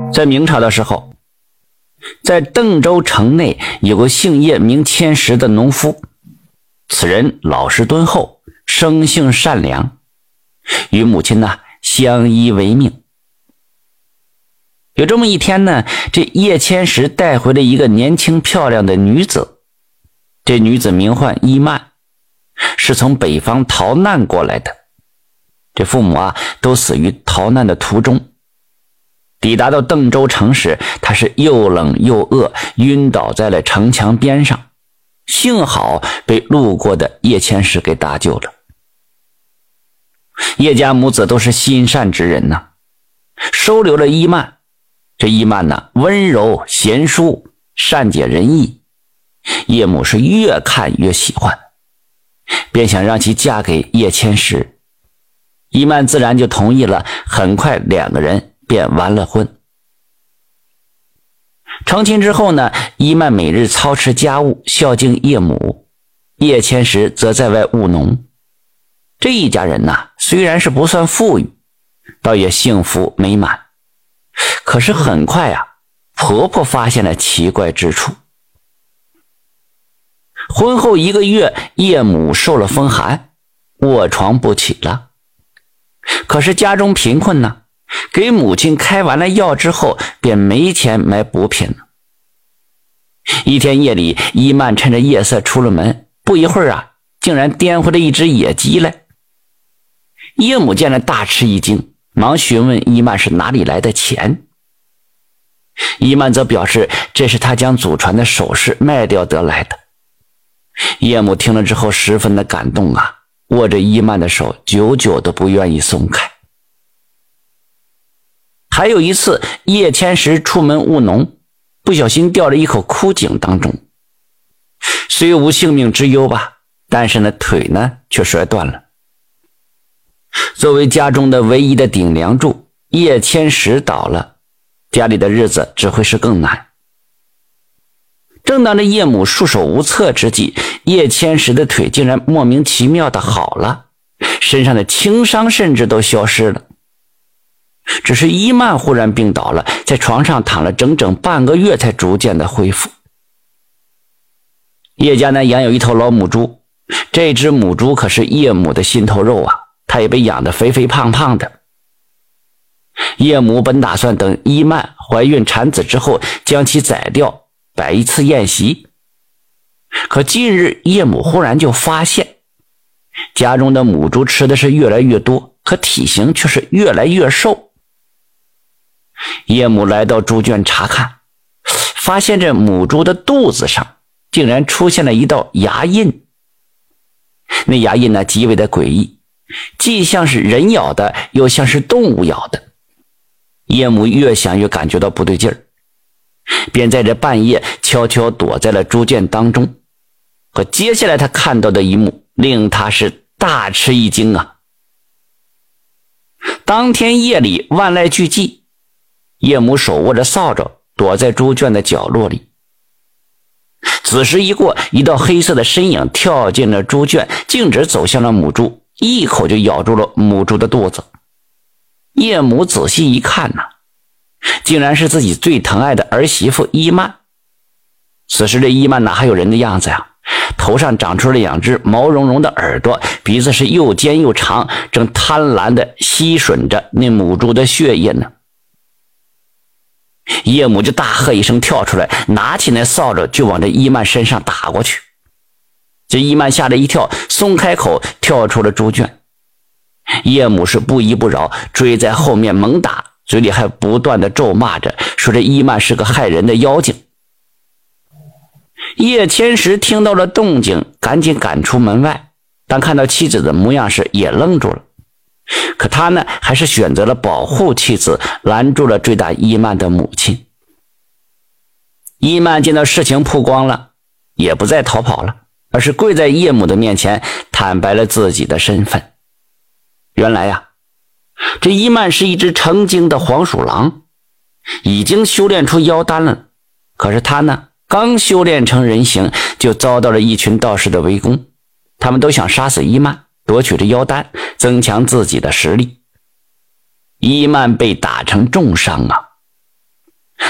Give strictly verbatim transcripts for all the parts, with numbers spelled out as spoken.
在明朝的时候，在邓州城内有个姓叶名千石的农夫，此人老实敦厚，生性善良，与母亲呢相依为命。有这么一天呢，这叶千石带回了一个年轻漂亮的女子，这女子名唤伊曼，是从北方逃难过来的，这父母啊都死于逃难的途中。抵达到邓州城时，他是又冷又饿，晕倒在了城墙边上，幸好被路过的叶千石给搭救了。叶家母子都是心善之人呐，收留了伊曼。这伊曼呢，温柔贤淑，善解人意，叶母是越看越喜欢，便想让其嫁给叶千石。伊曼自然就同意了，很快两个人便完了婚。成亲之后呢，伊曼每日操持家务，孝敬叶母，叶千石则在外务农。这一家人呢，虽然是不算富裕，倒也幸福美满。可是很快啊，婆婆发现了奇怪之处。婚后一个月，叶母受了风寒，卧床不起了。可是家中贫困呢，给母亲开完了药之后，便没钱买补品了。一天夜里，伊曼趁着夜色出了门，不一会儿啊，竟然颠回了一只野鸡来。叶母见了大吃一惊，忙询问伊曼是哪里来的钱。伊曼则表示这是他将祖传的首饰卖掉得来的。叶母听了之后十分的感动啊，握着伊曼的手久久都不愿意松开。还有一次，叶千石出门务农，不小心掉了一口枯井当中，虽无性命之忧吧，但是呢腿呢却摔断了。作为家中的唯一的顶梁柱，叶千石倒了，家里的日子只会是更难。正当这叶母束手无策之际，叶千石的腿竟然莫名其妙的好了，身上的轻伤甚至都消失了。只是伊曼忽然病倒了，在床上躺了整整半个月才逐渐的恢复。叶家呢养有一头老母猪，这只母猪可是叶母的心头肉啊，她也被养得肥肥胖胖的。叶母本打算等伊曼怀孕产子之后将其宰掉，摆一次宴席。可近日叶母忽然就发现，家中的母猪吃的是越来越多，可体型却是越来越瘦。叶母来到猪圈查看，发现这母猪的肚子上竟然出现了一道牙印。那牙印呢极为的诡异，既像是人咬的，又像是动物咬的。叶母越想越感觉到不对劲儿，便在这半夜悄悄躲在了猪圈当中。可接下来他看到的一幕令他是大吃一惊啊！当天夜里万籁俱寂，叶母手握着扫帚躲在猪圈的角落里。子时一过，一道黑色的身影跳进了猪圈，径直走向了母猪，一口就咬住了母猪的肚子。叶母仔细一看呐、啊，竟然是自己最疼爱的儿媳妇伊曼。此时的伊曼哪还有人的样子呀、啊？头上长出了两只毛茸茸的耳朵，鼻子是又尖又长，正贪婪地吸吮着那母猪的血液呢。叶母就大喝一声跳出来，拿起那扫帚就往这伊曼身上打过去。这伊曼吓了一跳，松开口跳出了猪圈。叶母是不依不饶，追在后面猛打，嘴里还不断的咒骂着，说这伊曼是个害人的妖精。叶千石听到了动静，赶紧赶出门外，当看到妻子的模样时也愣住了。可他呢还是选择了保护妻子，拦住了追打伊曼的母亲。伊曼见到事情曝光了，也不再逃跑了，而是跪在叶母的面前，坦白了自己的身份。原来呀、啊，这伊曼是一只成精的黄鼠狼，已经修炼出妖丹了。可是他呢刚修炼成人形，就遭到了一群道士的围攻，他们都想杀死伊曼，夺取这妖丹，增强自己的实力。伊曼被打成重伤啊，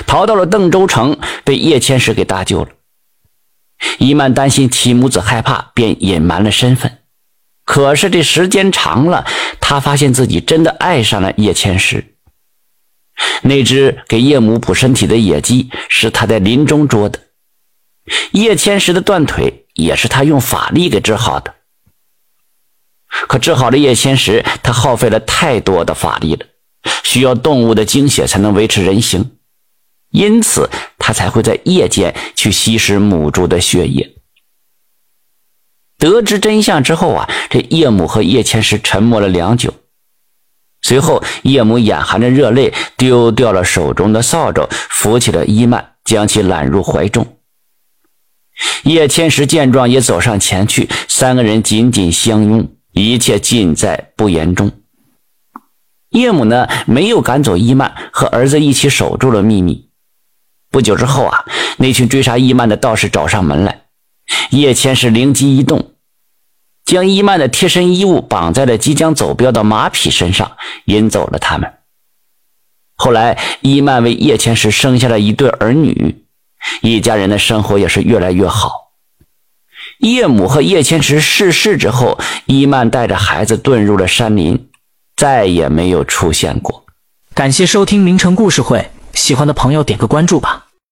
逃到了邓州城，被叶千石给搭救了。伊曼担心其母子害怕，便隐瞒了身份。可是这时间长了，他发现自己真的爱上了叶千石。那只给叶母补身体的野鸡是他在林中捉的，叶千石的断腿也是他用法力给治好的。可治好了叶千石，他耗费了太多的法力了，需要动物的精血才能维持人形，因此他才会在夜间去吸食母猪的血液。得知真相之后啊，这叶母和叶千石沉默了良久。随后叶母眼含着热泪，丢掉了手中的扫帚，扶起了伊曼，将其揽入怀中。叶千石见状也走上前去，三个人紧紧相拥，一切尽在不言中。叶母呢，没有赶走伊曼，和儿子一起守住了秘密。不久之后啊，那群追杀伊曼的道士找上门来，叶千石灵机一动，将伊曼的贴身衣物绑在了即将走镖的马匹身上，引走了他们。后来伊曼为叶千石生下了一对儿女，一家人的生活也是越来越好。叶母和叶千石逝世之后，伊曼带着孩子遁入了山林，再也没有出现过。 感谢收听名城故事会，喜欢的朋友点个关注吧。